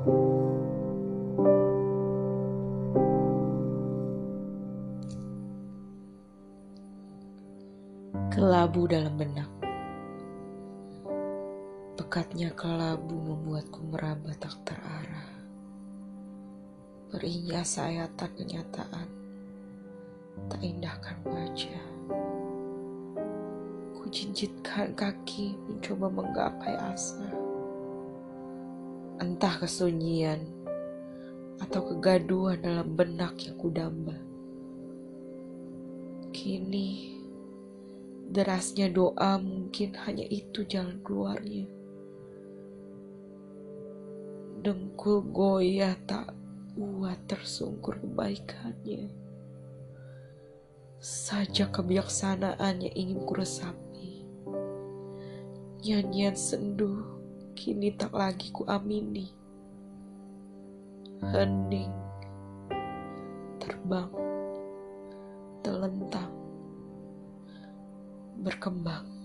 Kelabu dalam benak. Pekatnya kelabu membuatku meraba tak terarah. Berinya sayatan kenyataan, tak indahkan wajah. Ku jinjitkan kaki mencoba menggapai asa. Entah kesunyian atau kegaduhan dalam benak yang kudamba. Kini derasnya doa mungkin hanya itu jalan keluarnya. Dengkul goyah tak kuat tersungkur kebaikannya. Sajak kebijaksanaan yang ingin kuresapi. Nyanyian sendu kini tak lagi kuamini. Hening, terbang, telentang, berkembang.